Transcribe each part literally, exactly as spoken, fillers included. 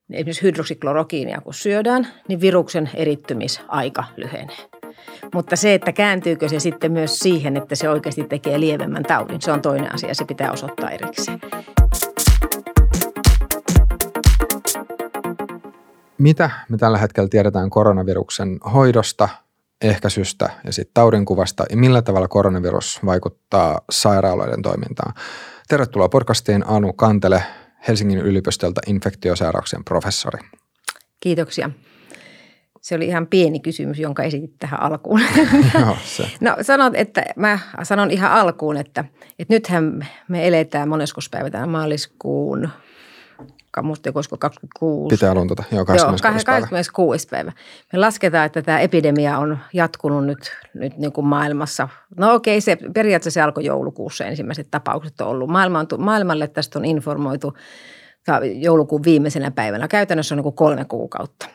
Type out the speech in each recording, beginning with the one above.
esimerkiksi hydroksiklorokiinia kun syödään, niin viruksen erittymisaika lyhenee. Mutta se, että kääntyykö se sitten myös siihen, että se oikeasti tekee lievemmän taudin, se on toinen asia, se pitää osoittaa erikseen. Mitä me tällä hetkellä tiedetään koronaviruksen hoidosta, ehkäisystä ja sitten taudinkuvasta ja millä tavalla koronavirus vaikuttaa sairaaloiden toimintaan? Tervetuloa podcastiin Anu Kantele, Helsingin yliopistolta infektiosairauksien professori. Kiitoksia. Se oli ihan pieni kysymys, jonka esitit tähän alkuun. Joo, se. No sanot, että mä sanon ihan alkuun, että, että nythän me eletään moneskos päivä tämän maaliskuun, musta olisiko kaksikymmentäkuusi. Pitää luntata, joo, kaksikymmentäkuusi päivä. kaksikymmentäkuusi päivä. Me lasketaan, että tämä epidemia on jatkunut nyt, nyt niin kuin maailmassa. No okei, se, periaatteessa se alkoi joulukuussa, ensimmäiset tapaukset on ollut. Maailma on, maailmalle tästä on informoitu joulukuun viimeisenä päivänä. Käytännössä on niin kuin kolme kuukautta.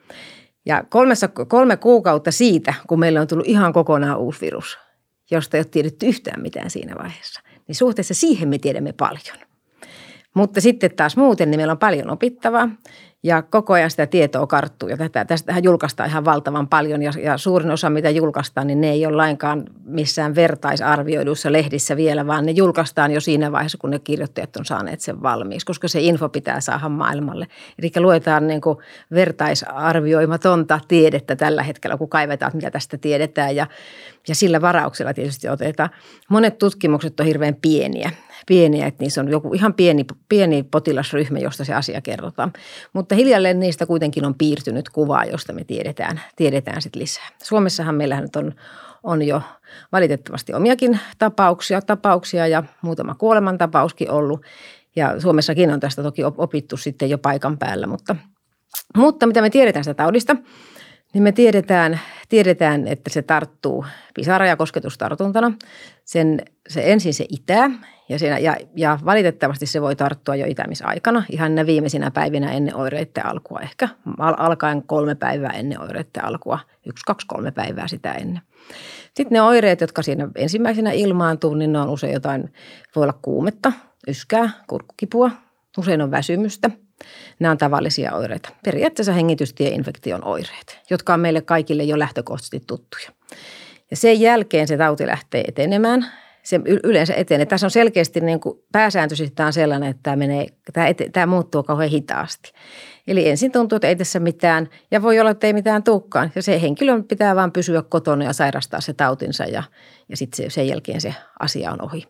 Ja kolmessa, kolme kuukautta siitä, kun meillä on tullut ihan kokonaan uusi virus, josta ei ole tiedetty yhtään mitään siinä vaiheessa, niin suhteessa siihen me tiedämme paljon. Mutta sitten taas muuten, niin meillä on paljon opittavaa ja koko ajan sitä tietoa karttuu ja tätä, tästähän julkaistaan ihan valtavan paljon ja, ja suurin osa mitä julkaistaan, niin ne ei ole lainkaan missään vertaisarvioiduissa lehdissä vielä, vaan ne julkaistaan jo siinä vaiheessa, kun ne kirjoittajat on saaneet sen valmiiksi, koska se info pitää saada maailmalle. Eli luetaan niin kuin vertaisarvioimatonta tiedettä tällä hetkellä, kun kaivetaan, mitä tästä tiedetään ja, ja sillä varauksella tietysti otetaan. Monet tutkimukset on hirveän pieniä. Pieniä, että niissä on joku ihan pieni, pieni potilasryhmä, josta se asia kerrotaan. Mutta hiljalleen niistä kuitenkin on piirtynyt kuvaa, josta me tiedetään, tiedetään sitten lisää. Suomessahan meillähän nyt on, on jo valitettavasti omiakin tapauksia, tapauksia ja muutama kuolemantapauskin ollut. Ja Suomessakin on tästä toki opittu sitten jo paikan päällä, mutta, mutta mitä me tiedetään sitä taudista, niin me tiedetään, tiedetään, että se tarttuu pisara- ja kosketustartuntana. Sen, se ensin se itää ja, siinä, ja, ja valitettavasti se voi tarttua jo itämisaikana, ihan ne viimeisinä päivinä ennen oireiden alkua, ehkä al- alkaen kolme päivää ennen oireiden alkua, yksi, kaksi, kolme päivää sitä ennen. Sitten ne oireet, jotka siinä ensimmäisenä ilmaantuu, niin ne on usein jotain, voi olla kuumetta, yskää, kurkkukipua, usein on väsymystä. Nämä on tavallisia oireita. Periaatteessa hengitystieinfektion oireet, jotka on meille kaikille jo lähtökohtaisesti tuttuja. Ja sen jälkeen se tauti lähtee etenemään. Se yleensä etenee. Tässä on selkeästi niin kuin pääsääntöisesti tämä on sellainen, että tämä, menee, tämä, ete, tämä muuttuu kauhean hitaasti. Eli ensin tuntuu, että ei tässä mitään ja voi olla, että ei mitään tulekaan. Ja se henkilön pitää vaan pysyä kotona ja sairastaa se tautinsa ja, ja sitten sen jälkeen se asia on ohi.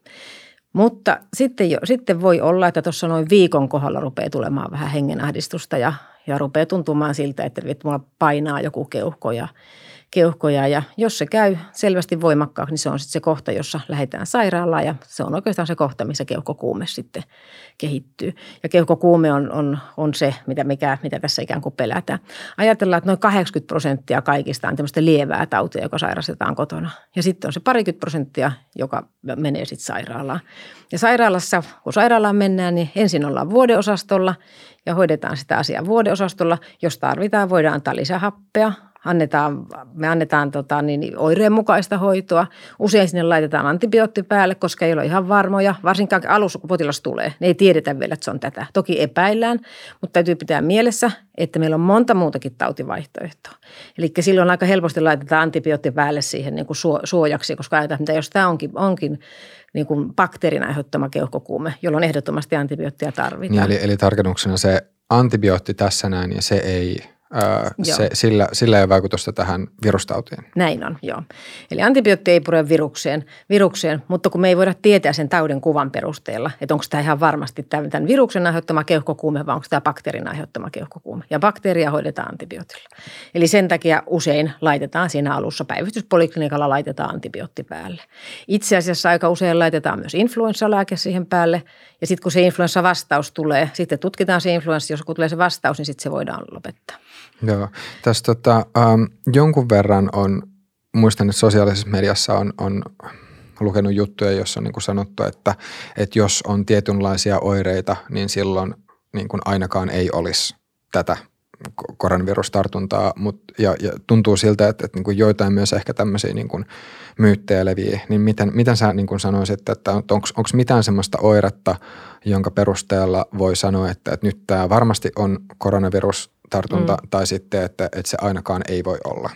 Mutta sitten, jo, sitten voi olla, että tuossa noin viikon kohdalla rupeaa tulemaan vähän hengenahdistusta ja, ja rupeaa tuntumaan siltä, että, että mulla painaa joku keuhkoja, keuhkoja. Ja jos se käy selvästi voimakkaaksi, niin se on sitten se kohta, jossa lähdetään sairaalaan ja se on oikeastaan se kohta, missä keuhkokuume sitten kehittyy. Ja keuhkokuume on, on, on se, mitä, mikä, mitä tässä ikään kuin pelätään. Ajatellaan, että noin kahdeksankymmentä prosenttia kaikista on tämmöistä lievää tautia, joka sairastetaan kotona. Ja sitten on se parikymmentä prosenttia, joka menee sitten sairaalaan. Ja sairaalassa, kun sairaalaan mennään, niin ensin ollaan vuodeosastolla ja hoidetaan sitä asiaa vuodeosastolla. Jos tarvitaan, voidaan antaa lisähappea. Annetaan, me annetaan tota, niin, oireen mukaista hoitoa. Usein sinne laitetaan antibiootti päälle, koska ei ole ihan varmoja. Varsinkaan alussa, kun potilas tulee, niin ei tiedetä vielä, että se on tätä. Toki epäillään, mutta täytyy pitää mielessä, että meillä on monta muutakin tautivaihtoehtoa. Eli silloin aika helposti laitetaan antibiootti päälle siihen niin kuin suojaksi, koska ajatellaan, että jos tämä onkin, onkin niin kuin bakteerin aiheuttama keuhkokuume, jolloin ehdottomasti antibioottia tarvitaan. Niin, eli, eli tarkennuksena se antibiootti tässä näin ja se ei... Se, sillä, sillä ei ole vaikutusta tähän virustautiin. Näin on, joo. Eli antibiootti ei pure virukseen, virukseen, mutta kun me ei voida tietää sen taudin kuvan perusteella, että onko tämä ihan varmasti tämän viruksen aiheuttama keuhkokuume vai onko tämä bakteerin aiheuttama keuhkokuume. Ja bakteeria hoidetaan antibiootilla. Eli sen takia usein laitetaan siinä alussa, päivystyspoliklinikalla laitetaan antibiootti päälle. Itse asiassa aika usein laitetaan myös influenssalääke siihen päälle ja sitten kun se influenssavastaus tulee, sitten tutkitaan se influenssa, jos kun tulee se vastaus, niin sitten se voidaan lopettaa. Joo, tässä tota, ähm, jonkun verran on, muistan, että sosiaalisessa mediassa on, on lukenut juttuja, jossa on niin kuin sanottu, että, että jos on tietynlaisia oireita, niin silloin niin kuin ainakaan ei olisi tätä koronavirustartuntaa, mutta ja, ja tuntuu siltä, että, että niin kuin joitain myös ehkä tämmöisiä niin kuin myyttejä leviää, niin miten, miten sä niin kuin sanoisit, että onko mitään semmoista oiretta, jonka perusteella voi sanoa, että, että nyt tämä varmasti on koronavirustartunta mm. tai sitten, että, että se ainakaan ei voi olla?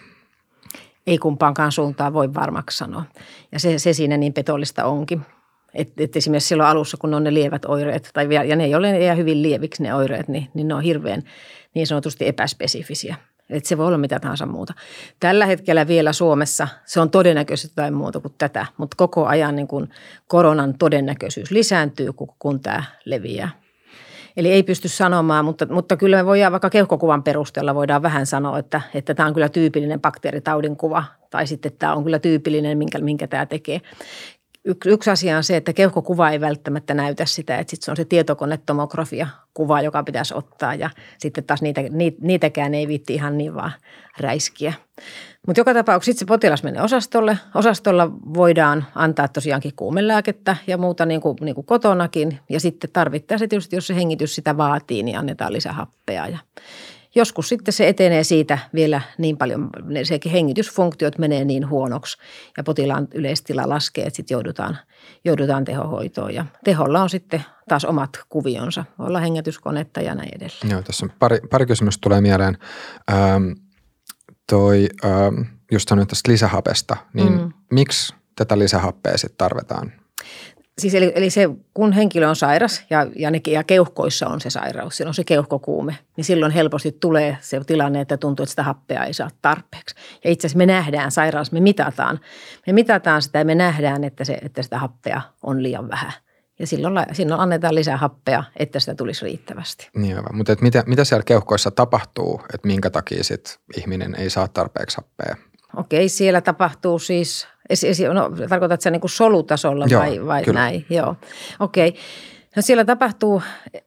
Ei kumpaankaan suuntaan voi varmaksi sanoa ja se, se siinä niin petollista onkin. Että et esimerkiksi silloin alussa, kun on ne lievät oireet, tai, ja ne ei ole ihan hyvin lieviksi ne oireet, niin, niin ne on hirveän niin sanotusti epäspesifisiä. Että se voi olla mitä tahansa muuta. Tällä hetkellä vielä Suomessa se on todennäköisesti jotain muuta kuin tätä, mutta koko ajan niin kun koronan todennäköisyys lisääntyy, kun, kun tämä leviää. Eli ei pysty sanomaan, mutta, mutta kyllä me voidaan vaikka keuhkokuvan perusteella voidaan vähän sanoa, että, että tämä on kyllä tyypillinen bakteeritaudin kuva, tai sitten tämä on kyllä tyypillinen, minkä, minkä tämä tekee. Yksi, yksi asia on se, että keuhkokuva ei välttämättä näytä sitä, että sitten se on se tietokonetomografia-kuva, joka pitäisi ottaa ja sitten taas niitä, niitäkään ei viitti ihan niin vaan räiskiä. Mutta joka tapauksessa sitten se potilas menee osastolle. Osastolla voidaan antaa tosiaankin kuumelääkettä ja muuta niin kuin, niin kuin kotonakin ja sitten tarvittaessa tietysti, jos se hengitys sitä vaatii, niin annetaan lisähappea ja joskus sitten se etenee siitä vielä niin paljon, sekin hengitysfunktiot menee niin huonoksi ja potilaan yleistila laskee, että sitten joudutaan, joudutaan tehohoitoon. Ja teholla on sitten taas omat kuvionsa, voi olla hengätyskonetta ja näin edelleen. Joo, tässä on pari, pari kysymystä tulee mieleen. Ähm, toi, ähm, just sanoin tästä lisähapesta, niin mm. miksi tätä lisähappea sitten tarvitaan? Siis eli, eli se, kun henkilö on sairas ja, ja, ne, ja keuhkoissa on se sairaus, siinä on se keuhkokuume, niin silloin helposti tulee se tilanne, että tuntuu, että sitä happea ei saa tarpeeksi. Ja itse asiassa me nähdään sairaus, me mitataan. Me mitataan sitä ja me nähdään, että, se, että sitä happea on liian vähän. Ja silloin, silloin annetaan lisää happea, että sitä tulisi riittävästi. Niin aivan, mutta et mitä, mitä siellä keuhkoissa tapahtuu, että minkä takia sit ihminen ei saa tarpeeksi happea? Okei, siellä tapahtuu siis, no tarkoitatko sä niin kuin solutasolla Joo, vai, vai kyllä. näin? Joo, okei. No siellä tapahtuu,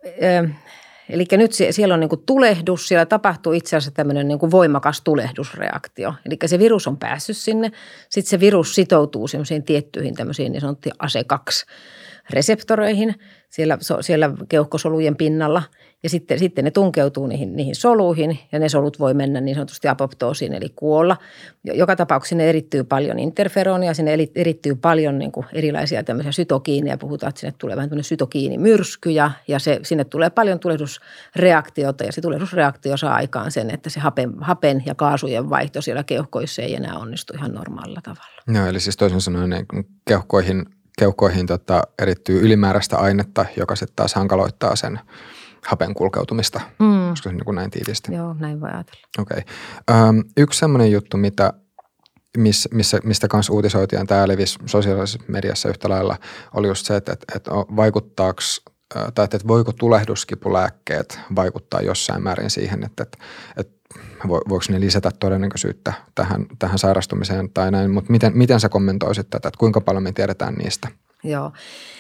eli nyt siellä on niin kuin tulehdus, siellä tapahtuu itse asiassa tämmöinen niin kuin voimakas tulehdusreaktio. Eli se virus on päässyt sinne, sitten se virus sitoutuu semmoisiin tiettyihin tämmöisiin niin sanottuihin A C E kaksi reseptoreihin siellä, siellä keuhkosolujen pinnalla ja sitten, sitten ne tunkeutuu niihin, niihin soluihin ja ne solut voi mennä niin sanotusti apoptoosiin eli kuolla. Joka tapauksessa sinne erittyy paljon interferonia, sinne erittyy paljon niin kuin erilaisia tämmöisiä sytokiineja, puhutaan, että sinne tulee vähän tämmöinen sytokiinimyrsky ja, ja se, sinne tulee paljon tulehdusreaktiota ja se tulehdusreaktio saa aikaan sen, että se hapen, hapen ja kaasujen vaihto siellä keuhkoissa ei enää onnistu ihan normaalilla tavalla. No eli siis toisin sanoen niin keuhkoihin Keuhkoihin tota, erittyy ylimääräistä ainetta, joka sitten taas hankaloittaa sen hapen kulkeutumista. Mm. Olisiko se niin kuin näin tiivisti? Joo, näin voi ajatella. Okei. Okay. Um, yksi sellainen juttu, mitä, miss, missä, mistä kanssa uutisoitiin, ja tämä levisi sosiaalisessa mediassa yhtä lailla, oli just se, että, että, että vaikuttaako, tai että voiko tulehduskipulääkkeet vaikuttaa jossain määrin siihen, että, että, että voiko ne lisätä todennäköisyyttä tähän, tähän sairastumiseen tai näin, mutta miten, miten sä kommentoisit tätä, että kuinka paljon me tiedetään niistä? Joo.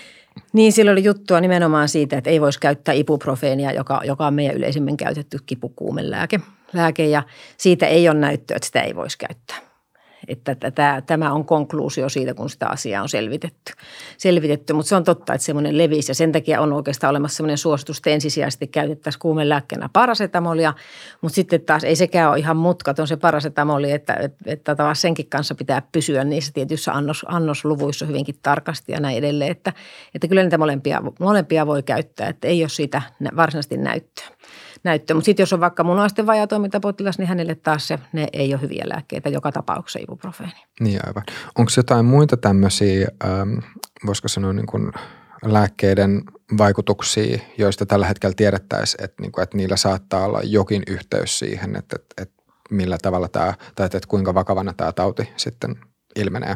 Niin, silloin oli juttua nimenomaan siitä, että ei voisi käyttää ibuprofeenia, joka, joka on meidän yleisimmin käytetty kipukuumelääke. Lääke, ja siitä ei ole näyttöä, että sitä ei voisi käyttää. Että tämä on konkluusio siitä, kun sitä asiaa on selvitetty. selvitetty. Mutta se on totta, että semmoinen levisi ja sen takia on oikeastaan olemassa semmoinen suositus, että ensisijaisesti käytettäisiin kuumelääkkeenä parasetamolia. Mutta sitten taas ei sekään ole ihan mutkaton se parasetamoli, että, että, että taas senkin kanssa pitää pysyä niissä tietyissä annos, annosluvuissa hyvinkin tarkasti ja näin edelleen. Että, että kyllä niitä molempia, molempia voi käyttää, että ei ole siitä varsinaisesti näyttöä. näyttö. Mutta sitten jos on vaikka munuaisten vajaatoimintapotilas, niin hänelle taas se, ne ei ole hyviä lääkkeitä joka tapauksessa ibuprofeeni. Niin aivan. Onko jotain muita tämmöisiä, ähm, voisiko sanoa niin kuin lääkkeiden vaikutuksia, joista tällä hetkellä tiedettäisiin, että, niin kuin, että niillä saattaa olla jokin yhteys siihen, että, että, että millä tavalla tämä, tai että, että kuinka vakavana tämä tauti sitten ilmenee?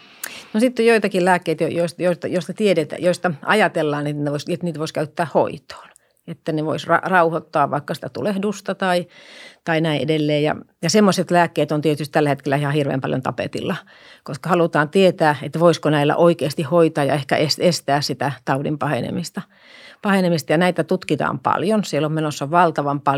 No sitten on joitakin lääkkeitä, joista, joista, joista tiedetään, joista ajatellaan, että, ne vois, että niitä voisi käyttää hoitoon. Että ne voisi ra- rauhoittaa vaikka sitä tulehdusta tai, tai näin edelleen. Ja, ja semmoiset lääkkeet on tietysti tällä hetkellä ihan hirveän paljon tapetilla, koska halutaan tietää, että voisiko näillä oikeasti hoitaa ja ehkä estää sitä taudin pahenemista. pahenemista. Ja näitä tutkitaan paljon. Siellä on menossa valtavan paljon,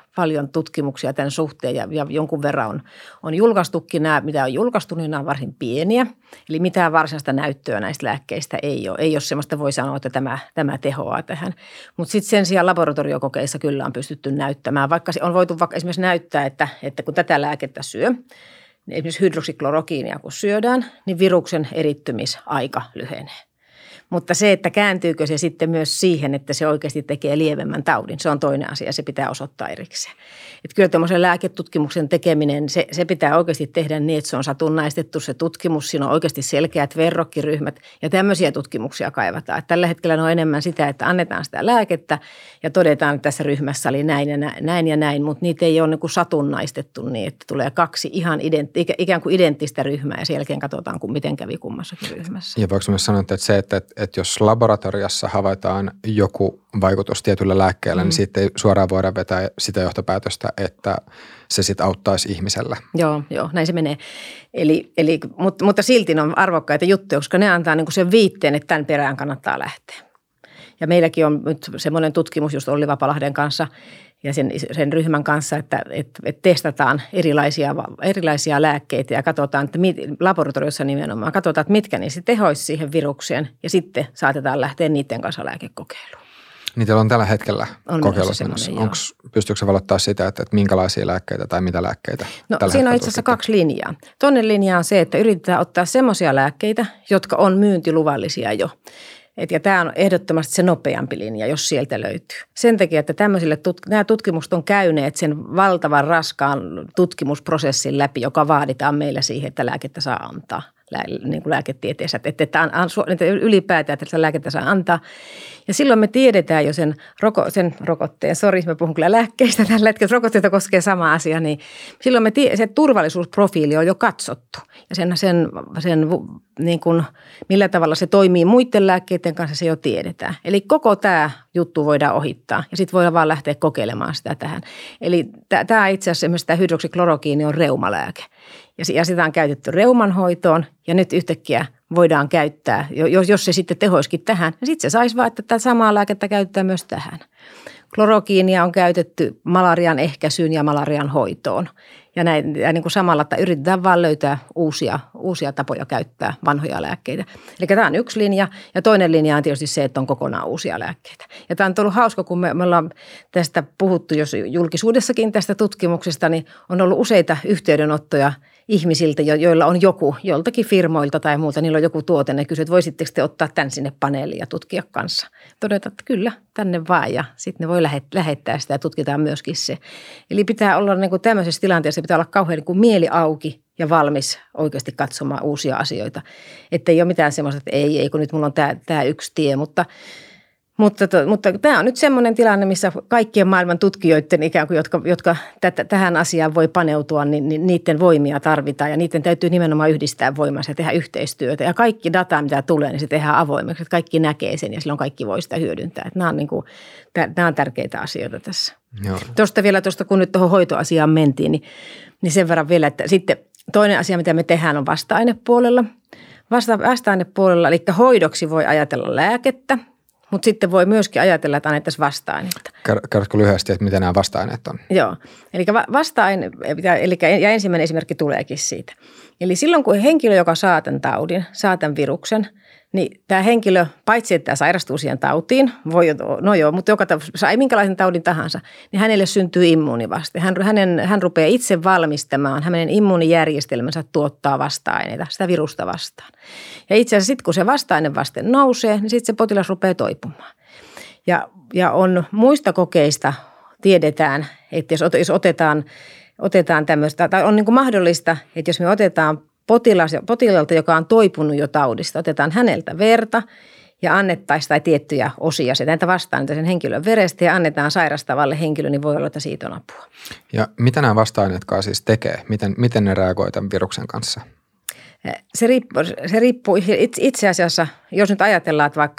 paljon tutkimuksia tämän suhteen ja, ja jonkun verran on, on julkaistukin. Nämä, mitä on julkaistu, niin nämä on varsin pieniä. Eli mitään varsinaista näyttöä näistä lääkkeistä ei ole. Ei ole sellaista, voi sanoa, että tämä, tämä tehoaa tähän. Mutta sitten sen sijaan laboratoriokokeissa kyllä on pystytty näyttämään. Vaikka on voitu vaikka esimerkiksi näyttää, että, että kun tätä lääkettä syö, niin esimerkiksi hydroksiklorokiinia kun syödään, niin viruksen erittymisaika lyhenee. Mutta se, että kääntyykö se sitten myös siihen, että se oikeasti tekee lievemmän taudin, se on toinen asia, se pitää osoittaa erikseen. Että kyllä tämmöisen lääketutkimuksen tekeminen, se, se pitää oikeasti tehdä niin, että se on satunnaistettu se tutkimus, siinä on oikeasti selkeät verrokkiryhmät ja tämmöisiä tutkimuksia kaivataan. Että tällä hetkellä on enemmän sitä, että annetaan sitä lääkettä ja todetaan, että tässä ryhmässä oli näin ja näin, näin, ja näin mutta niitä ei ole niin kuin satunnaistettu niin, että tulee kaksi ihan ident, ikään kuin identtistä ryhmää ja sen jälkeen katsotaan, kun miten kävi kummassakin ryhmässä. Ja voiko myös sanoa, että se, että että jos laboratoriossa havaitaan joku vaikutus tietyllä lääkkeellä, mm. niin siitä ei suoraan voida vetää sitä johtopäätöstä, että se sitten auttaisi ihmisellä. Joo, joo, näin se menee. Eli, eli, mutta, mutta silti ne on arvokkaita juttuja, koska ne antaa niin kuin sen viitteen, että tämän perään kannattaa lähteä. Ja meilläkin on nyt semmoinen tutkimus just Olli Vapalahden kanssa ja sen, sen ryhmän kanssa, että, että, että testataan erilaisia, erilaisia lääkkeitä ja katsotaan, että mit, laboratoriossa nimenomaan katsotaan, että mitkä niissä tehoisi siihen virukseen ja sitten saatetaan lähteä niiden kanssa lääkekokeiluun. Niitä on tällä hetkellä kokeilussa. Onko, pystyykö se valottaa sitä, että, että minkälaisia lääkkeitä tai mitä lääkkeitä? No siinä on itse asiassa kaksi linjaa. Toinen linja on se, että yritetään ottaa semmoisia lääkkeitä, jotka on myyntiluvallisia jo. Et, ja tämä on ehdottomasti se nopeampi linja, jos sieltä löytyy. Sen takia, että tämmöisille tut- nämä tutkimukset on käyneet sen valtavan raskaan tutkimusprosessin läpi, joka vaaditaan meillä siihen, että lääkettä saa antaa. Lää, niin kuin lääketieteessä, että, että, että ylipäätään, että lääkettä saa antaa. Ja silloin me tiedetään jo sen, roko, sen rokotteen, sori, mä puhun kyllä lääkkeistä tällä hetkellä, rokotteita koskee sama asia, niin silloin me tie, se turvallisuusprofiili on jo katsottu. Ja sen, sen, sen niin kuin, millä tavalla se toimii muiden lääkkeiden kanssa, se jo tiedetään. Eli koko tämä juttu voidaan ohittaa ja sitten voidaan vaan lähteä kokeilemaan sitä tähän. Eli tämä itse asiassa esimerkiksi tämä hydroksiklorokiini on reumalääke. Ja sitä on käytetty reumanhoitoon ja nyt yhtäkkiä voidaan käyttää, jos, jos se sitten tehoisikin tähän, niin sitten se saisi vaan, että tätä samaa lääkettä käyttää myös tähän. Klorokiinia on käytetty malarian ehkäisyyn ja malarian hoitoon. Ja, näin, ja niin kuin samalla, että yritetään vaan löytää uusia, uusia tapoja käyttää vanhoja lääkkeitä. Eli tämä on yksi linja ja toinen linja on tietysti se, että on kokonaan uusia lääkkeitä. Ja tämä on ollut hauska, kun me, me ollaan tästä puhuttu, jos julkisuudessakin tästä tutkimuksesta, niin on ollut useita yhteydenottoja ihmisiltä, joilla on joku, joltakin firmoilta tai muuta, niillä on joku tuote, ne kysyvät, että voisitteko te ottaa tämän sinne paneeliin ja tutkia kanssa. Todetaan, että kyllä, tänne vaan ja sitten ne voi lähettää sitä ja tutkitaan myöskin se. Eli pitää olla niin kuin tämmöisessä tilanteessa, pitää olla kauhean niin kuin mieli auki ja valmis oikeasti katsomaan uusia asioita. Että ei ole mitään semmoista, että ei, ei kun nyt mulla on tämä, tämä yksi tie, mutta Mutta, to, mutta tämä on nyt semmoinen tilanne, missä kaikkien maailman tutkijoiden ikään kuin, jotka, jotka tätä, tähän asiaan voi paneutua, niin, niin niiden voimia tarvitaan ja niiden täytyy nimenomaan yhdistää voimansa ja tehdä yhteistyötä. Ja kaikki data, mitä tulee, niin se tehdään avoimeksi, että kaikki näkee sen ja silloin kaikki voi sitä hyödyntää. Että nämä, on niin kuin, nämä on tärkeitä asioita tässä. Joo. Tuosta vielä, tuosta, kun nyt tuohon hoitoasiaan mentiin, niin, niin sen verran vielä, että sitten toinen asia, mitä me tehdään, on vasta-ainepuolella. Vasta, vasta-ainepuolella, eli hoidoksi voi ajatella lääkettä. Mutta sitten voi myöskin ajatella, että annettaisiin vasta-ainetta. Kerrotko lyhyesti, että mitä nämä vasta-aineet on? Joo, eli vasta-aine, eli, ja ensimmäinen esimerkki tuleekin siitä. Eli silloin, kun henkilö, joka saa tämän taudin, saa tämän viruksen, niin tämä henkilö, paitsi että tämä sairastuu siihen tautiin, voi, no joo, mutta joka sai minkälaisen taudin tahansa, niin hänelle syntyy immuunivaste. Hän, hänen, hän rupeaa itse valmistamaan, hänen immuunijärjestelmänsä tuottaa vasta-aineita, sitä virusta vastaan. Ja itse asiassa sitten, kun se vasta-ainevaste nousee, niin sitten se potilas rupeaa toipumaan. Ja, ja on muista kokeista tiedetään, että jos, jos otetaan, otetaan tämmöistä, tai on niin kuin mahdollista, että jos me otetaan Potilas, potilaalta, joka on toipunut jo taudista, otetaan häneltä verta ja annettaisiin tai tiettyjä osia sitä vastaan sen henkilön verestä ja annetaan sairastavalle henkilölle, niin voi olla, että siitä on apua. Ja mitä nämä vasta-aineetkaan siis tekee? Miten, miten ne reagoivat tämän viruksen kanssa? Se riippuu, se riippuu itse asiassa, jos nyt ajatellaan, että vaikka, että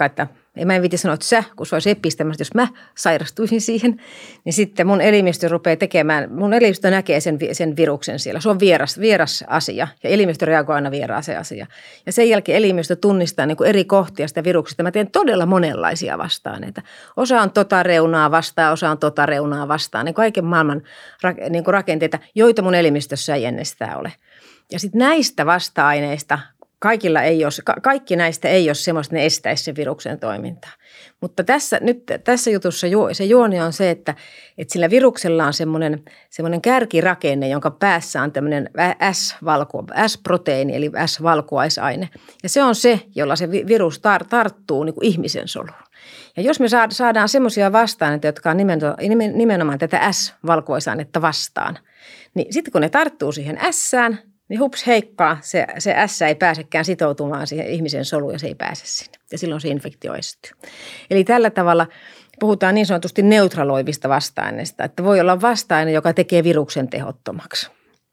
Ei mä en viiti sanoa, että sä, kun se olisi epistemästä, jos mä sairastuisin siihen, niin sitten mun elimistö rupeaa tekemään, mun elimistö näkee sen, sen viruksen siellä. Se on vieras, vieras asia ja elimistö reagoi aina vieraaseen asiaan. Ja sen jälkeen elimistö tunnistaa niin kuin eri kohtia sitä viruksesta. Mä teen todella monenlaisia vastaaneita. Osa on tota reunaa vastaan, osa on tota reunaa vastaan. Niin kaiken maailman niin kuin rakenteita, joita mun elimistössä ei ennestään ole. Ja sitten näistä vasta-aineista kaikilla ei ole, ka- kaikki näistä ei ole semmoista, että ne estäisi sen viruksen toimintaa. Mutta tässä, nyt, tässä jutussa ju, se juoni on se, että, että sillä viruksella on semmoinen, semmoinen kärkirakenne, jonka päässä on tämmöinen S-valku, S-proteiini eli S-valkuaisaine. Ja se on se, jolla se virus tar- tarttuu niin kuin ihmisen soluun. Ja jos me saadaan semmoisia vasta-aineita, jotka on nimenomaan tätä S-valkuaisainetta vastaan, niin sitten kun ne tarttuu siihen S-ään, niin hups heikkaa, se, se S ei pääsekään sitoutumaan siihen ihmisen soluun ja se ei pääse sinne. Ja silloin se infektio estyy. Eli tällä tavalla puhutaan niin sanotusti neutraloivista vasta-aineista, että voi olla vasta-aine, joka tekee viruksen tehottomaksi.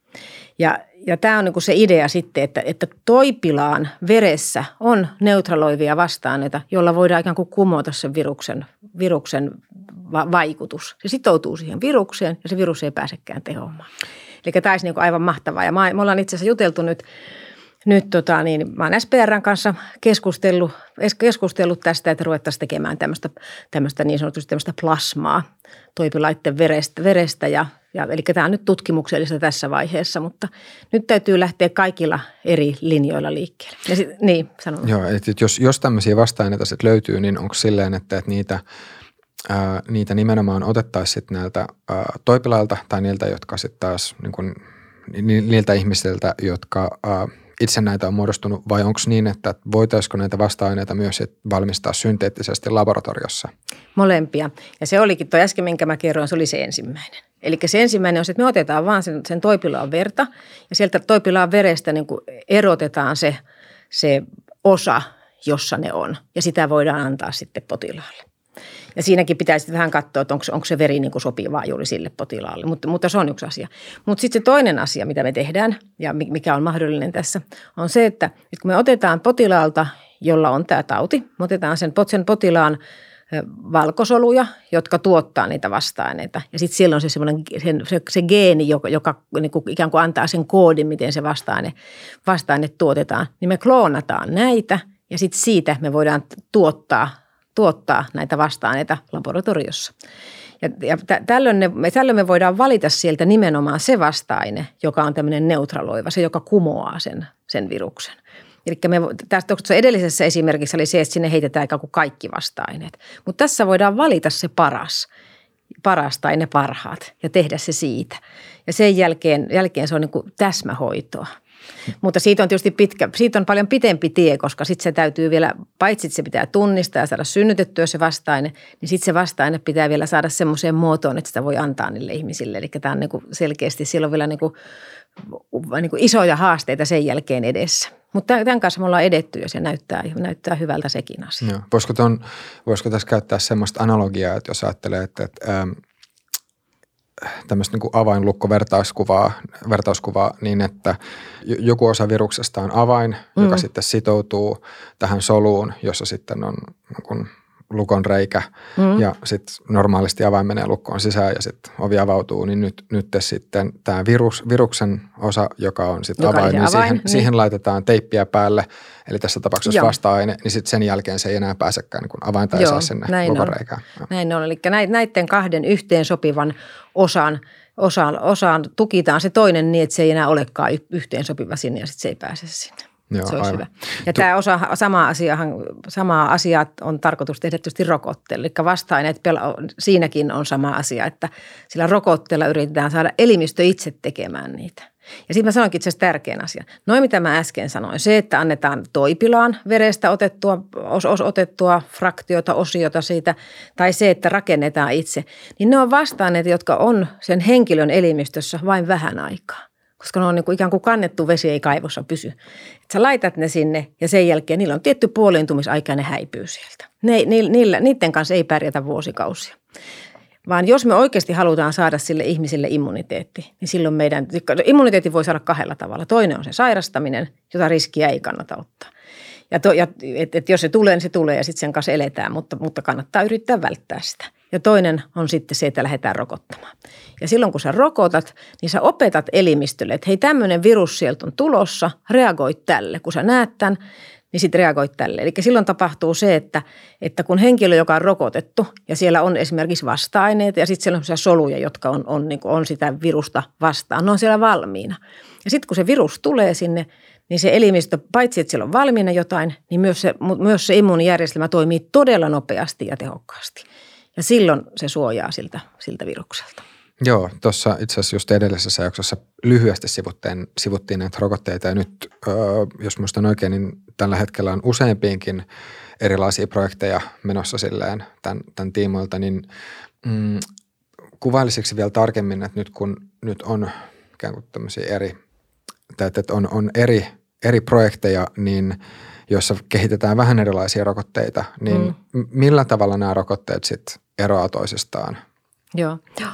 Ja, ja tämä on niin kuin se idea sitten, että, että toipilaan veressä on neutraloivia vasta-aineita, jolla voidaan ikään kuin kumota sen viruksen, viruksen va- vaikutus. Se sitoutuu siihen virukseen ja se virus ei pääsekään tehoamaan. Eli tämä olisi niin kuin aivan mahtavaa. Ja me ollaan itse asiassa juteltu nyt, nyt tota, niin, mä olen S P R:n kanssa keskustellut, keskustellut tästä, että ruvettaisiin tekemään tämmöistä, tämmöistä niin sanotusti tämmöistä plasmaa toipilaitten verestä. verestä ja, ja, eli tämä on nyt tutkimuksellista tässä vaiheessa, mutta nyt täytyy lähteä kaikilla eri linjoilla liikkeelle. Ja sit, niin, sanon. Joo, että jos, jos tämmöisiä vasta-aineita sitten löytyy, niin onko silleen, että, että niitä – Ää, niitä nimenomaan otettaisiin sitten näiltä ää, toipilailta tai niiltä, jotka sitten taas, niin kun, ni, niiltä ihmisiltä, jotka ää, itse näitä on muodostunut, vai onko niin, että voitaisiko näitä vasta-aineita myös valmistaa synteettisesti laboratoriossa? Molempia. Ja se olikin, tuo äsken minkä mä kerroin, se oli se ensimmäinen. Eli se ensimmäinen on se, että me otetaan vaan sen, sen toipilaan verta ja sieltä toipilaan verestä niin kuin erotetaan se, se osa, jossa ne on ja sitä voidaan antaa sitten potilaalle. Ja siinäkin pitäisi vähän katsoa, että onko, onko se veri niin kuin sopivaa juuri sille potilaalle, mutta, mutta se on yksi asia. Mutta sitten se toinen asia, mitä me tehdään ja mikä on mahdollinen tässä, on se, että, että kun me otetaan potilaalta, jolla on tämä tauti, me otetaan sen, sen potilaan valkosoluja, jotka tuottaa niitä vasta-aineita. Ja sitten siellä on se, se, se, se geeni, joka, joka niin kuin ikään kuin antaa sen koodin, miten se vasta-aine, vasta-aine tuotetaan. Niin me kloonataan näitä ja sitten siitä me voidaan tuottaa tuottaa näitä vasta-aineita laboratoriossa. Ja, ja tällöin, ne, tällöin me voidaan valita sieltä nimenomaan se vasta-aine, joka on tämmöinen neutraloiva, se joka kumoaa sen, sen viruksen. Eli me, tästä edellisessä esimerkissä oli se, että sinne heitetään ikään kuin kaikki vasta-aineet. Mutta tässä voidaan valita se paras, paras tai ne parhaat ja tehdä se siitä. Ja sen jälkeen, jälkeen se on niin kuin täsmähoitoa. Mutta siitä on tietysti pitkä, siitä on paljon pitempi tie, koska sitten se täytyy vielä, paitsi että se pitää tunnistaa ja saada synnytettyä se vasta-aine, niin sitten se vasta-aine pitää vielä saada semmoiseen muotoon, että sitä voi antaa niille ihmisille. Eli tämä on niin kuin selkeästi, siellä on vielä niin kuin, niin kuin isoja haasteita sen jälkeen edessä. Mutta tämän kanssa me ollaan edetty ja se näyttää, näyttää hyvältä sekin asia. Joo. Voisiko, ton, voisiko tässä käyttää semmoista analogiaa, että jos ajattelee, että, että ähm, tämmöistä niin kuin avainlukkovertauskuvaa vertauskuvaa niin, että joku osa viruksesta on avain, mm. joka sitten sitoutuu tähän soluun, jossa sitten on niin kuin lukon reikä mm. ja sitten normaalisti avain menee lukkoon sisään ja sitten ovi avautuu, niin nyt, nyt sitten tämä virus, viruksen osa, joka on sitten avain, niin, avain siihen, niin siihen laitetaan teippiä päälle, eli tässä tapauksessa Joo. vasta-aine, niin sitten sen jälkeen se ei enää pääsekään, niin kun avainta ei Joo, saa sinne lukon reikään. Näin on, eli näiden kahden yhteen sopivan osan, osaan, osaan tukitaan se toinen niin, että se ei enää olekaan yhteen sopiva sinne ja sitten se ei pääse sinne. Joo, se olisi aivan. Hyvä. Ja tu- tämä osa, sama asiahan, samaa asiaa on tarkoitus tehdä tietysti rokotteella. Eli vasta-aineet, siinäkin on sama asia, että sillä rokotteella yritetään saada elimistö itse tekemään niitä. Ja sitten mä sanoinkin itse asiassa tärkeän asian. Noin mitä mä äsken sanoin, se, että annetaan toipilaan verestä otettua, os, os, otettua fraktiota, osiota siitä, tai se, että rakennetaan itse, niin ne on vasta-aineet, jotka on sen henkilön elimistössä vain vähän aikaa. Koska ne on niin kuin ikään kuin kannettu vesi ei kaivossa pysy. Et sä laitat ne sinne ja sen jälkeen niillä on tietty puoliintumisaika ja ne häipyy sieltä. Ne, niillä, niiden kanssa ei pärjätä vuosikausia. Vaan jos me oikeasti halutaan saada sille ihmisille immuniteetti, niin silloin meidän, immuniteetti voi saada kahdella tavalla. Toinen on se sairastaminen, jota riskiä ei kannata ottaa. Ja, to, ja et, et jos se tulee, niin se tulee ja sitten sen kanssa eletään, mutta, mutta kannattaa yrittää välttää sitä. Ja toinen on sitten se, että lähdetään rokottamaan. Ja silloin kun sä rokotat, niin sä opetat elimistölle, että hei, tämmöinen virus sieltä on tulossa, reagoi tälle. Kun sä näet tämän, niin sitten reagoit tälle. Eli silloin tapahtuu se, että, että kun henkilö, joka on rokotettu ja siellä on esimerkiksi vasta-aineita ja sitten siellä on sellaisia soluja, jotka on, on, niin kuin on sitä virusta vastaan, ne on siellä valmiina. Ja sitten kun se virus tulee sinne, niin se elimistö, paitsi että siellä on valmiina jotain, niin myös se, myös se immuunijärjestelmä toimii todella nopeasti ja tehokkaasti. Ja silloin se suojaa siltä, siltä virukselta. Joo, tuossa itse asiassa just edellisessä jaksossa lyhyesti sivuttiin, sivuttiin näitä rokotteita ja nyt, öö, jos muistan oikein, niin tällä hetkellä on useampiinkin erilaisia projekteja menossa silleen tämän, tämän tiimoilta, niin mm, kuvailisiksi vielä tarkemmin, että nyt kun nyt on ikään kuin tämmöisiä eri, että on, on eri, eri projekteja, niin joissa kehitetään vähän erilaisia rokotteita, niin mm. millä tavalla nämä rokotteet sitten eroaa toisistaan? Joo, joo.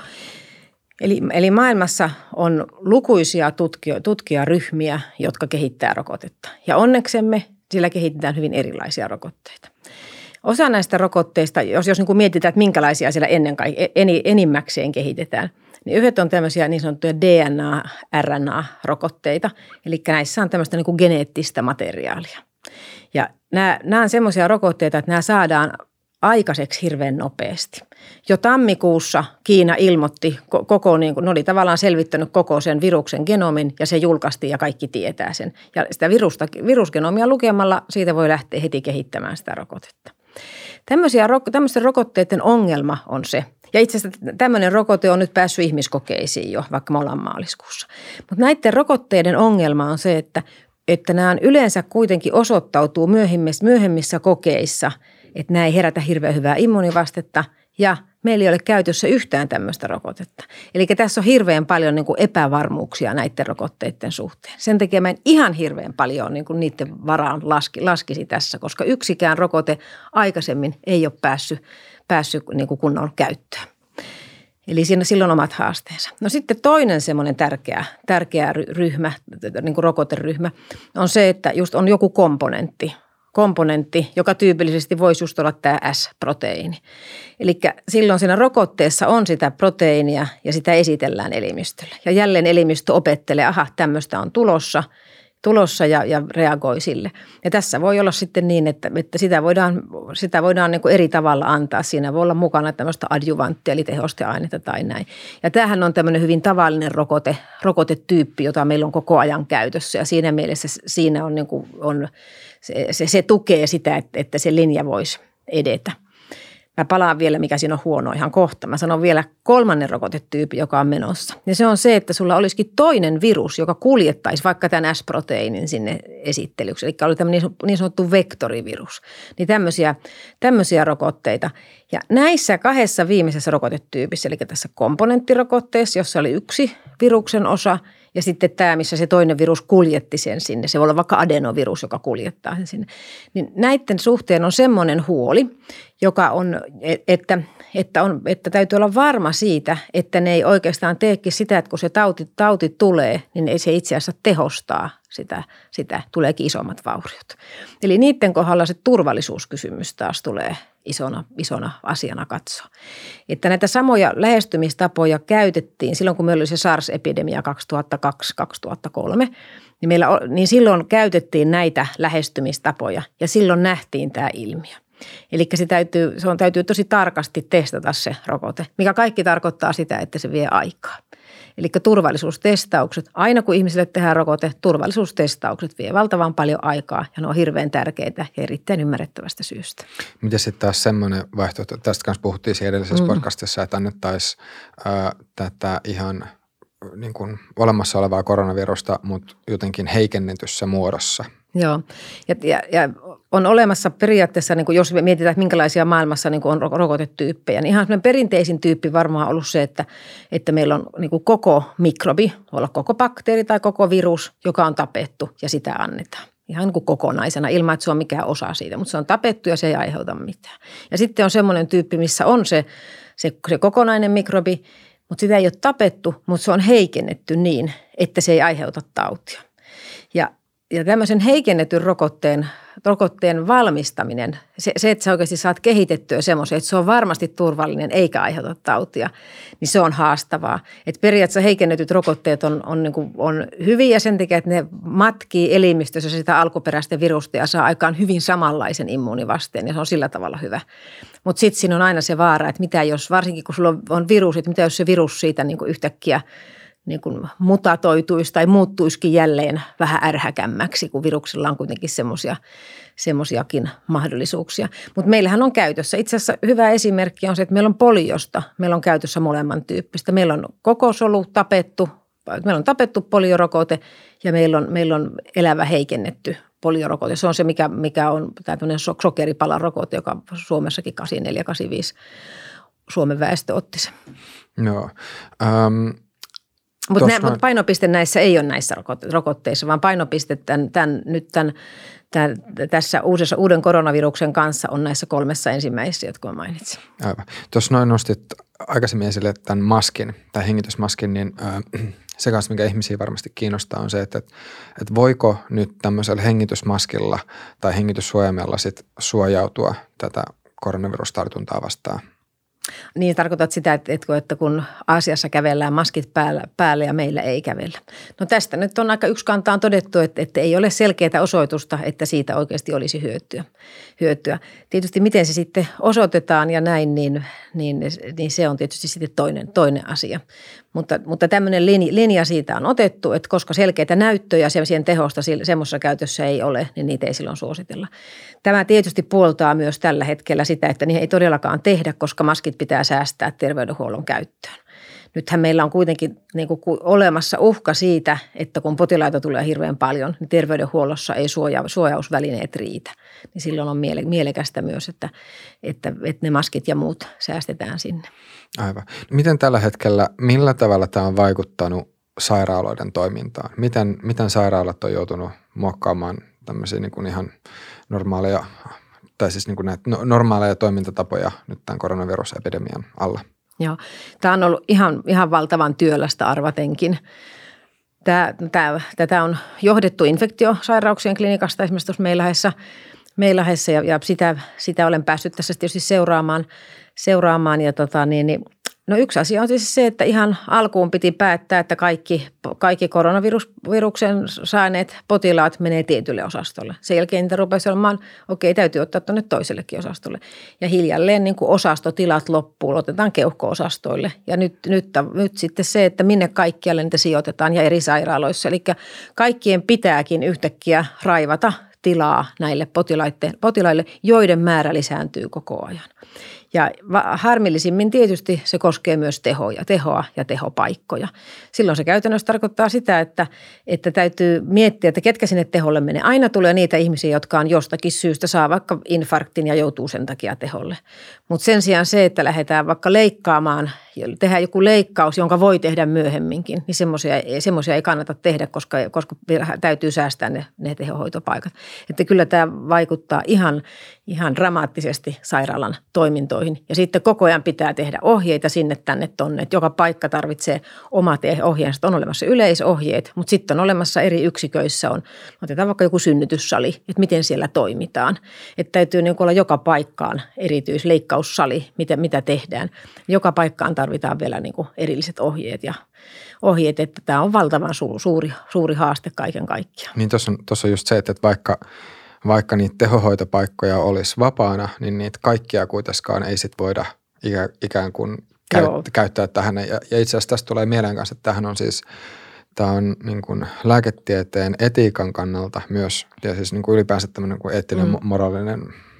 Eli, eli maailmassa on lukuisia tutkio, tutkijaryhmiä, jotka kehittää rokotetta. Ja onneksemme sillä kehitetään hyvin erilaisia rokotteita. Osa näistä rokotteista, jos, jos niin kuin mietitään, että minkälaisia siellä ennen kaikkea enimmäkseen kehitetään, niin yhdet on tämmöisiä niin sanottuja D N A-R N A-rokotteita. Eli näissä on tämmöistä niin kuin geneettistä materiaalia. Ja nämä, nämä on semmoisia rokotteita, että nämä saadaan aikaiseksi hirveän nopeasti. Jo tammikuussa Kiina ilmoitti koko, niin kuin, ne oli tavallaan selvittänyt koko sen viruksen genomin ja se julkaistiin ja kaikki tietää sen. Ja sitä virusta, virusgenomia lukemalla siitä voi lähteä heti kehittämään sitä rokotetta. Tämmöisiä, tämmöisten rokotteiden ongelma on se, ja itse asiassa tämmöinen rokote on nyt päässyt ihmiskokeisiin jo, vaikka me ollaan maaliskuussa. Mutta näiden rokotteiden ongelma on se, että, että nämä yleensä kuitenkin osoittautuu myöhemmissä, myöhemmissä kokeissa, että nämä ei herätä hirveän hyvää immuunivastetta ja meillä ei ole käytössä yhtään tämmöistä rokotetta. Eli tässä on hirveän paljon niin kuin epävarmuuksia näiden rokotteiden suhteen. Sen takia mä en ihan hirveän paljon niin kuin niiden varaan laski, laskisi tässä, koska yksikään rokote aikaisemmin ei ole päässyt, päässyt niin kuin kunnolla käyttöön. Eli siinä silloin omat haasteensa. No sitten toinen semmoinen tärkeä, tärkeä ryhmä, niin kuin rokoteryhmä, on se, että just on joku komponentti, komponentti, joka tyypillisesti voisi just olla tämä S-proteiini. Eli silloin siinä rokotteessa on sitä proteiinia ja sitä esitellään elimistölle. Ja jälleen elimistö opettelee, aha, tämmöistä on tulossa, tulossa ja, ja reagoi sille. Ja tässä voi olla sitten niin, että, että sitä voidaan, sitä voidaan niin kuin eri tavalla antaa. Siinä voi olla mukana tämmöistä adjuvanttia eli tehosteainetta tai näin. Ja tämähän on tämmöinen hyvin tavallinen rokote, rokotetyyppi, jota meillä on koko ajan käytössä. Ja siinä mielessä siinä on, niin kuin, on se, se, se tukee sitä, että, että se linja voisi edetä. Mä palaan vielä, mikä siinä on huono ihan kohta. Mä sanon vielä kolmannen rokotetyyppi, joka on menossa. Ja se on se, että sulla olisikin toinen virus, joka kuljettaisi vaikka tämän S-proteiinin sinne esittelyksi. Eli oli tämmöinen niin sanottu vektorivirus. Niin tämmöisiä, tämmöisiä rokotteita. Ja näissä kahdessa viimeisessä rokotetyypissä, eli tässä komponenttirokotteessa, jossa oli yksi viruksen osa, ja sitten tämä, missä se toinen virus kuljetti sen sinne, se voi olla vaikka adenovirus, joka kuljettaa sen sinne. Niin näiden suhteen on semmoinen huoli, joka on, että, että, on, että täytyy olla varma siitä, että ne ei oikeastaan teekin sitä, että kun se tauti, tauti tulee, niin se itse asiassa tehostaa sitä, sitä tuleekin isommat vauriot. Eli niiden kohdalla se turvallisuuskysymys taas tulee isona, isona asiana katsoa. Että näitä samoja lähestymistapoja käytettiin silloin, kun meillä oli se SARS-epidemia kaksituhattakaksi kaksituhattakolme, niin, meillä, niin silloin käytettiin näitä lähestymistapoja ja silloin nähtiin tämä ilmiö. Eli se täytyy, se on, täytyy tosi tarkasti testata se rokote, mikä kaikki tarkoittaa sitä, että se vie aikaa. Eli turvallisuustestaukset, aina kun ihmisille tehdään rokote, turvallisuustestaukset vie valtavan paljon aikaa ja ne on hirveän tärkeitä ja erittäin ymmärrettävästä syystä. Miten sitten taas semmoinen vaihtoehto, tästä kanssa puhuttiin siinä edellisessä mm. podcastissa, että annettaisiin äh, tätä ihan niin kuin olemassa olevaa koronavirusta, mutta jotenkin heikennetyssä muodossa. Joo, ja, ja, ja on olemassa periaatteessa, niin kuin jos mietitään, että minkälaisia maailmassa niin kuin on rokotetyyppejä, niin ihan perinteisin tyyppi varmaan on ollut se, että, että meillä on niin kuin koko mikrobi, voi olla koko bakteeri tai koko virus, joka on tapettu ja sitä annetaan. Ihan niin kuin kokonaisena, ilman että se on mikään osa siitä, mutta se on tapettu ja se ei aiheuta mitään. Ja sitten on semmoinen tyyppi, missä on se, se, se kokonainen mikrobi, mutta sitä ei ole tapettu, mutta se on heikennetty niin, että se ei aiheuta tautia. Ja ja tämmöisen heikennetyn rokotteen, rokotteen valmistaminen, se, se, että sä oikeasti saat kehitettyä semmoisen, että se on varmasti turvallinen eikä aiheuta tautia, niin se on haastavaa. Että periaatteessa heikennetyt rokotteet on, on, niin kuin, on hyviä sen takia, että ne matkii elimistössä sitä alkuperäistä virusta ja saa aikaan hyvin samanlaisen immuunivasteen ja se on sillä tavalla hyvä. Mutta sitten siinä on aina se vaara, että mitä jos, varsinkin kun sulla on, on virus, että mitä jos se virus siitä niin kuin yhtäkkiä niin kuin mutatoituisi tai muuttuisikin jälleen vähän ärhäkämmäksi, kun viruksilla on kuitenkin semmoisia semmoisiakin mahdollisuuksia. Mutta meillähän on käytössä. Itse asiassa hyvä esimerkki on se, että meillä on poliosta. Meillä on käytössä molemman tyyppistä. Meillä on koko solu tapettu, meillä on tapettu poliorokote ja meillä on, meillä on elävä heikennetty poliorokote. Se on se, mikä, mikä on tämmöinen sokeripalarokote, joka Suomessakin kahdeksankymmentäneljä kahdeksankymmentäviisi Suomen väestö otti sen. Joo. Um. Mutta mut painopiste näissä ei ole näissä rokotteissa, vaan painopiste tämän, tämän, nyt tämän, tämän, tässä uudessa, uuden koronaviruksen kanssa on näissä kolmessa ensimmäisessä, jotka mä mainitsin. Aivan. Tuossa noin nostit aikaisemmin esille tämän maskin, tai hengitysmaskin, niin äh, se kanssa, mikä ihmisiä varmasti kiinnostaa, on se, että, että, että voiko nyt tämmöisellä hengitysmaskilla tai hengityssuojaimella sit suojautua tätä koronavirustartuntaa vastaan? Niin tarkoitat sitä, että, että kun Aasiassa kävellään maskit päällä, päälle ja meillä ei kävellä. No tästä nyt on aika yksikantaan todettu, että, että ei ole selkeää osoitusta, että siitä oikeasti olisi hyötyä. hyötyä. Tietysti miten se sitten osoitetaan ja näin, niin, niin, niin se on tietysti sitten toinen, toinen asia. Mutta, mutta tämmöinen linja siitä on otettu, että koska selkeitä näyttöjä sen tehosta semmoisessa käytössä ei ole, niin niitä ei silloin suositella. Tämä tietysti puoltaa myös tällä hetkellä sitä, että niitä ei todellakaan tehdä, koska maskit pitää säästää terveydenhuollon käyttöön. Nythän meillä on kuitenkin niin kuin olemassa uhka siitä, että kun potilaita tulee hirveän paljon, niin terveydenhuollossa ei suoja, suojausvälineet riitä. Niin silloin on miele, mielekästä myös, että, että, että ne maskit ja muut säästetään sinne. Aivan. Miten tällä hetkellä, millä tavalla tämä on vaikuttanut sairaaloiden toimintaan? Miten, miten sairaalat on joutunut muokkaamaan tämmöisiä niin kuin ihan normaaleja, tai siis niin kuin näitä normaaleja toimintatapoja nyt tämän koronavirusepidemian alla? Joo, tämä on ollut ihan, ihan valtavan työlästä arvatenkin. Tämä, tämä, tätä on johdettu infektiosairauksien klinikasta esimerkiksi tuossa Meilahessa, Meilahessa ja, ja sitä, sitä olen päässyt tässä tietysti seuraamaan, seuraamaan ja tota niin, niin no yksi asia on siis se, että ihan alkuun piti päättää, että kaikki, kaikki koronaviruksen saaneet potilaat menee tietylle osastolle. Sen jälkeen niitä rupesi olemaan, okei, täytyy ottaa tuonne toisellekin osastolle. Ja hiljalleen niin kuin osastotilat loppuu, otetaan keuhko-osastoille. Ja nyt, nyt, nyt sitten se, että minne kaikkialle niitä sijoitetaan ja eri sairaaloissa. Eli kaikkien pitääkin yhtäkkiä raivata tilaa näille potilaille, joiden määrä lisääntyy koko ajan. Ja harmillisimmin tietysti se koskee myös tehoja, tehoa ja tehopaikkoja. Silloin se käytännössä tarkoittaa sitä, että, että täytyy miettiä, että ketkä sinne teholle menee. Aina tulee niitä ihmisiä, jotka on jostakin syystä, saa vaikka infarktin ja joutuu sen takia teholle. Mutta sen sijaan se, että lähdetään vaikka leikkaamaan, tehdään joku leikkaus, jonka voi tehdä myöhemminkin, niin semmoisia ei kannata tehdä, koska, koska täytyy säästää ne, ne tehohoitopaikat. Että kyllä tämä vaikuttaa ihan, ihan dramaattisesti sairaalan toimintoihin. Ja sitten koko ajan pitää tehdä ohjeita sinne tänne tonne, että joka paikka tarvitsee omat ohjeensa. On olemassa yleisohjeet, mutta sitten on olemassa eri yksiköissä on, otetaan vaikka joku synnytyssali, että miten siellä toimitaan. Että täytyy niin olla joka paikkaan erityisleikkaussali, mitä, mitä tehdään. Joka paikkaan tarvitaan vielä niin kuin erilliset ohjeet ja ohjeet, että tämä on valtavan suuri, suuri, suuri haaste kaiken kaikkiaan. Niin tuossa on, tuossa on just se, että vaikka Vaikka niitä tehohoitopaikkoja olisi vapaana, niin niitä kaikkia kuitenkaan ei sit voida ikä, ikään kuin käy, käyttää tähän. Ja, ja itse asiassa tästä tulee mieleen kanssa, että tämähän on siis, tämä on niin kuin lääketieteen etiikan kannalta myös, ja siis niin kuin ylipäänsä tämmöinen kuin eettinen, mm. moraalinen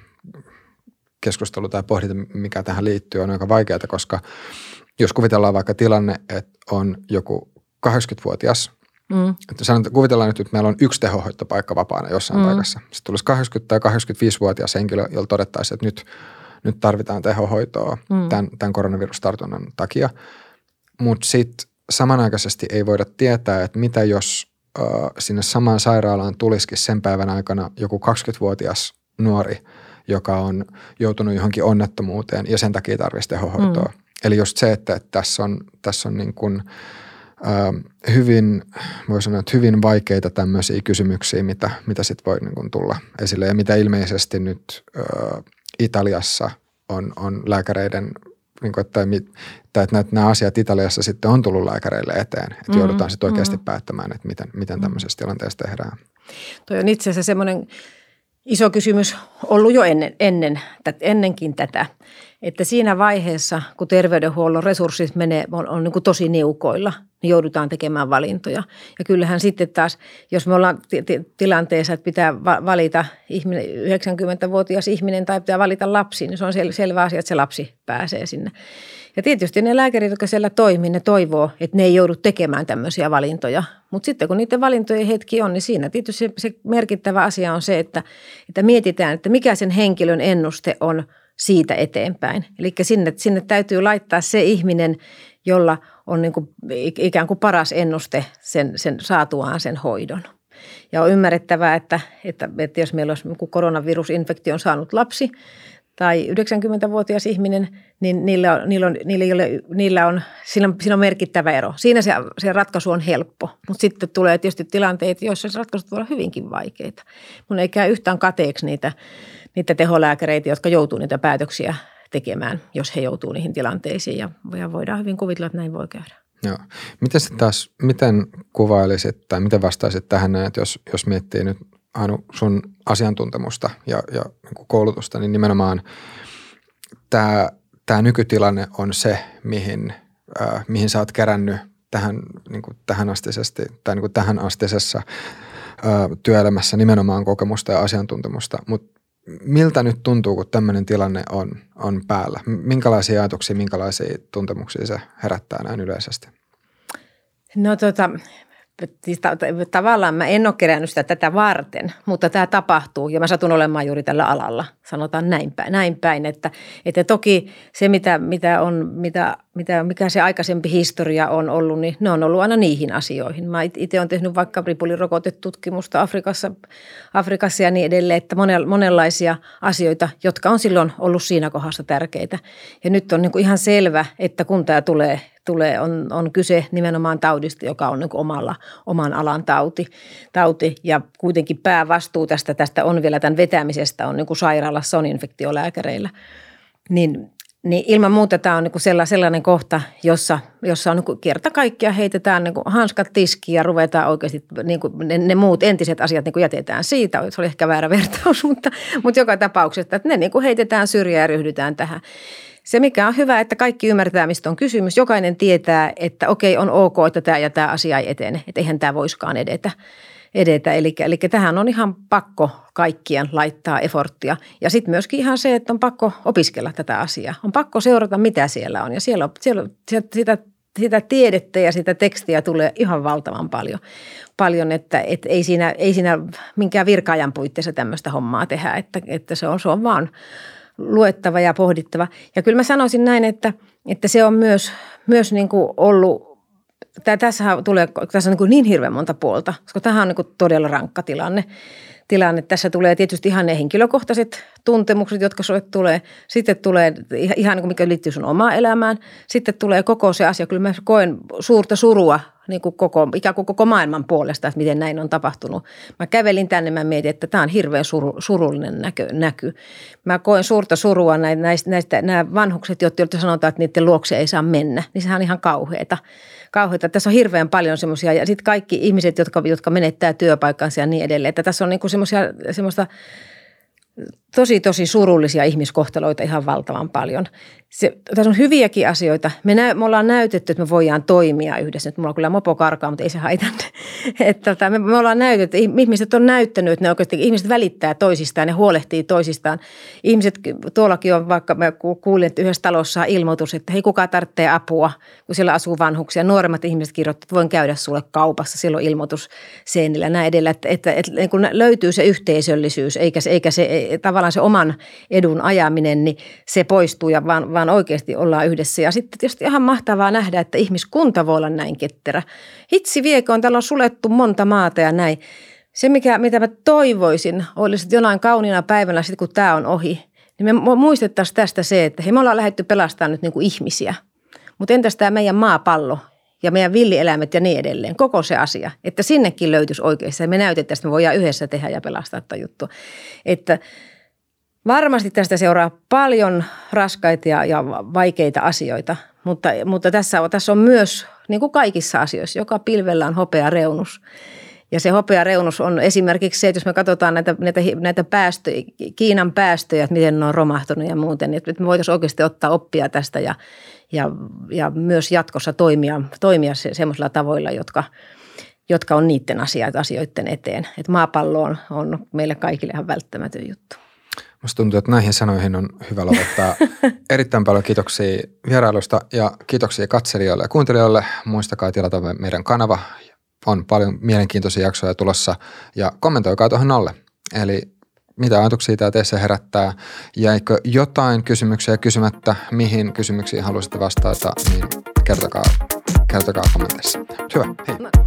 keskustelu tai pohdinta, mikä tähän liittyy, on aika vaikeaa, koska jos kuvitellaan vaikka tilanne, että on joku kahdeksankymmentävuotias, Mm. Että kuvitellaan nyt, että meillä on yksi tehohoitopaikka vapaana jossain mm. paikassa. Sitten tulisi kaksikymmentä- tai kaksikymmentäviisivuotias henkilö, jolla todettaisiin, että nyt, nyt tarvitaan tehohoitoa mm. tämän, tämän koronavirustartunnan takia. Mutta sitten samanaikaisesti ei voida tietää, että mitä jos äh, sinne samaan sairaalaan tulisikin sen päivän aikana joku kaksikymmentävuotias nuori, joka on joutunut johonkin onnettomuuteen ja sen takia tarvitsisi tehohoitoa. Mm. Eli just se, että, että tässä on, tässä on niin kuin hyvin, voi sanoa, että hyvin vaikeita tämmöisiä kysymyksiä, mitä, mitä sitten voi niin kuin tulla esille ja mitä ilmeisesti nyt ö, Italiassa on, on lääkäreiden, niin kuin, että, että, että nämä asiat Italiassa sitten on tullut lääkäreille eteen, että mm-hmm. joudutaan sitten oikeasti mm-hmm. päättämään, että miten, miten tämmöisessä tilanteessa tehdään. Toi on itse asiassa semmoinen iso kysymys ollut jo ennen, ennen, ennenkin tätä, että siinä vaiheessa, kun terveydenhuollon resurssit menee, on, on niin kuin tosi niukoilla, niin joudutaan tekemään valintoja. Ja kyllähän sitten taas, jos me ollaan t- tilanteessa, että pitää valita ihminen, yhdeksänkymmentävuotias ihminen tai pitää valita lapsi, niin se on sel- selvä asia, että se lapsi pääsee sinne. Ja tietysti ne lääkärit, jotka siellä toimii, ne toivoo, että ne ei joudu tekemään tämmöisiä valintoja. Mutta sitten kun niiden valintojen hetki on, niin siinä tietysti se, se merkittävä asia on se, että, että mietitään, että mikä sen henkilön ennuste on siitä eteenpäin. Eli sinne, sinne täytyy laittaa se ihminen, jolla on niin kuin ikään kuin paras ennuste sen, sen saatuaan sen hoidon. Ja on ymmärrettävää, että, että, että jos meillä olisi koronavirusinfektion saanut lapsi tai yhdeksänkymmentävuotias ihminen, niin niillä on, niillä on, niillä on, niillä on, siinä, on, siinä on merkittävä ero. Siinä se, se ratkaisu on helppo, mutta sitten tulee tietysti tilanteita, joissa se ratkaisut voi olla hyvinkin vaikeita. Mun ei käy yhtään kateeksi niitä, niitä teholääkäreitä, jotka joutuu niitä päätöksiä tekemään, jos he joutuu niihin tilanteisiin ja, ja voidaan hyvin kuvitella, että näin voi käydä. Joo. Miten sitten taas, miten kuvailisit tai miten vastaisit tähän, että jos, jos miettii nyt Anu sun asiantuntemusta ja, ja niin koulutusta, niin nimenomaan tämä, tämä nykytilanne on se, mihin, äh, mihin sä oot kerännyt tähän, niin kuin tähän astisesti tai niin kuin tähän astisessa äh, työelämässä nimenomaan kokemusta ja asiantuntemusta, mutta miltä nyt tuntuu, kun tämmöinen tilanne on, on päällä? Minkälaisia ajatuksia, minkälaisia tuntemuksia se herättää näin yleisesti? No tota, tavallaan mä en ole kerännyt sitä tätä varten, mutta tämä tapahtuu ja mä satun olemaan juuri tällä alalla, sanotaan näin päin, näin päin että, että toki se, mitä, mitä on, mitä, mitä, mikä se aikaisempi historia on ollut, niin ne on ollut aina niihin asioihin. Mä itse olen tehnyt vaikka ripulirokotetutkimusta Afrikassa, Afrikassa ja niin edelleen, että monenlaisia asioita, jotka on silloin ollut siinä kohdassa tärkeitä. Ja nyt on niin kuin ihan selvä, että kun tämä tulee, tulee on, on kyse nimenomaan taudista, joka on niin kuin omalla, oman alan tauti, tauti. Ja kuitenkin päävastuu tästä, tästä on vielä tämän vetämisestä on niin kuin sairaalassa, on infektiolääkäreillä. Niin, niin ilman muuta tämä on niin kuin sellainen kohta, jossa, jossa on niin kuin kerta kaikkiaan heitetään niin kuin hanskat tiskiin ja ruvetaan oikeasti niin kuin ne, ne muut entiset asiat niin kuin jätetään siitä. Se oli ehkä väärä vertaus, mutta, mutta joka tapauksessa, että ne niin kuin heitetään syrjään ja ryhdytään tähän. Se, mikä on hyvä, että kaikki ymmärtää, mistä on kysymys. Jokainen tietää, että okei, on ok, että tämä ja tämä asia ei etene. Että eihän tämä voiskaan edetä. edetä. Eli, eli tähän on ihan pakko kaikkien laittaa eforttia. Ja sitten myöskin ihan se, että on pakko opiskella tätä asiaa. On pakko seurata, mitä siellä on. Ja siellä, siellä sitä, sitä tiedettä ja sitä tekstiä tulee ihan valtavan paljon. Paljon, että, että ei, siinä, ei siinä minkään virka-ajan puitteissa tämmöistä hommaa tehdä. Että, että se on, se on vaan luettava ja pohdittava. Ja kyllä mä sanoisin näin, että, että se on myös, myös niin kuin ollut, tässä tulee tässä on niin, kuin niin hirveän monta puolta, koska tämä on niin kuin todella rankka tilanne. tilanne. Tässä tulee tietysti ihan ne henkilökohtaiset tuntemukset, jotka sulle tulee. Sitten tulee ihan niin kuin mikä liittyy sun omaan elämään. Sitten tulee koko se asia. Kyllä mä koen suurta surua niin kuin koko, ikään kuin koko maailman puolesta, että miten näin on tapahtunut. Mä kävelin tänne, mä mietin, että tämä on hirveän suru, surullinen näkö, näky. Mä koen suurta surua näistä, näistä nämä vanhukset, jotka sanotaan, että niiden luokse ei saa mennä. Niin sehän on ihan kauheata. kauheata. Tässä on hirveän paljon semmoisia, ja sitten kaikki ihmiset, jotka, jotka menettää työpaikkansa ja niin edelleen. Että tässä on niin kuin semmoisia, semmoista tosi, tosi surullisia ihmiskohtaloita ihan valtavan paljon. Se, tässä on hyviäkin asioita. Me, nä, me ollaan näytetty, että me voidaan toimia yhdessä. Nyt mulla on kyllä mopo karkaa, mutta ei se haitannut. Että me, me ollaan näytetty, ihmiset on näyttänyt, että ne oikeasti, ihmiset välittää toisistaan ja huolehtii toisistaan. Ihmiset, tuollakin on vaikka, mä kuulin, että yhdessä talossa on ilmoitus, että hei, kuka tarvitsee apua, kun siellä asuu vanhuksia. Nuoremmat ihmiset kirjoittavat, että voin käydä sulle kaupassa, silloin ilmoitus seinillä näin edellä. Että, että, että, että kun löytyy se yhteisöllisyys, eikä, eikä se tavallaan se oman edun ajaminen, niin se poistuu ja vaan, vaan oikeasti ollaan yhdessä. Ja sitten tietysti ihan mahtavaa nähdä, että ihmiskunta voi olla näin ketterä. Hitsi viekoon, täällä on sulettu monta maata ja näin. Se, mikä, mitä mä toivoisin, olisi, että jonain kauniina päivänä, sitten kun tämä on ohi, niin me muistettaisiin tästä se, että hei, me ollaan lähdetty pelastamaan nyt niin kuin ihmisiä. Mutta entäs tämä meidän maapallo, ja meidän villieläimet ja niin edelleen. Koko se asia, että sinnekin löytyisi oikeasti. Ja me näytettäisiin, että me voidaan yhdessä tehdä ja pelastaa tätä juttua. Että varmasti tästä seuraa paljon raskaita ja, ja vaikeita asioita, mutta, mutta tässä, tässä on myös, niin kuin kaikissa asioissa, joka pilvellä on hopea reunus. Ja se hopea reunus on esimerkiksi se, että jos me katsotaan näitä, näitä, näitä päästöjä, Kiinan päästöjä, että miten ne on romahtunut ja muuten, että me voitaisiin oikeasti ottaa oppia tästä ja, ja, ja myös jatkossa toimia, toimia se, semmoisilla tavoilla, jotka, jotka on niiden asioiden eteen. Että maapallo on, on meille kaikille ihan välttämätön juttu. Musta tuntuu, että näihin sanoihin on hyvä lopettaa. Erittäin paljon kiitoksia vierailusta ja kiitoksia katselijoille ja kuuntelijoille. Muistakaa tilata meidän kanava. On paljon mielenkiintoisia jaksoja tulossa ja kommentoikaa tuohon alle. Eli mitä ajatuksia tämä teissä herättää? Jäikö jotain kysymyksiä kysymättä? Mihin kysymyksiin haluaisitte vastata? Niin kertokaa, kertokaa kommenteissa. Hyvä, hei.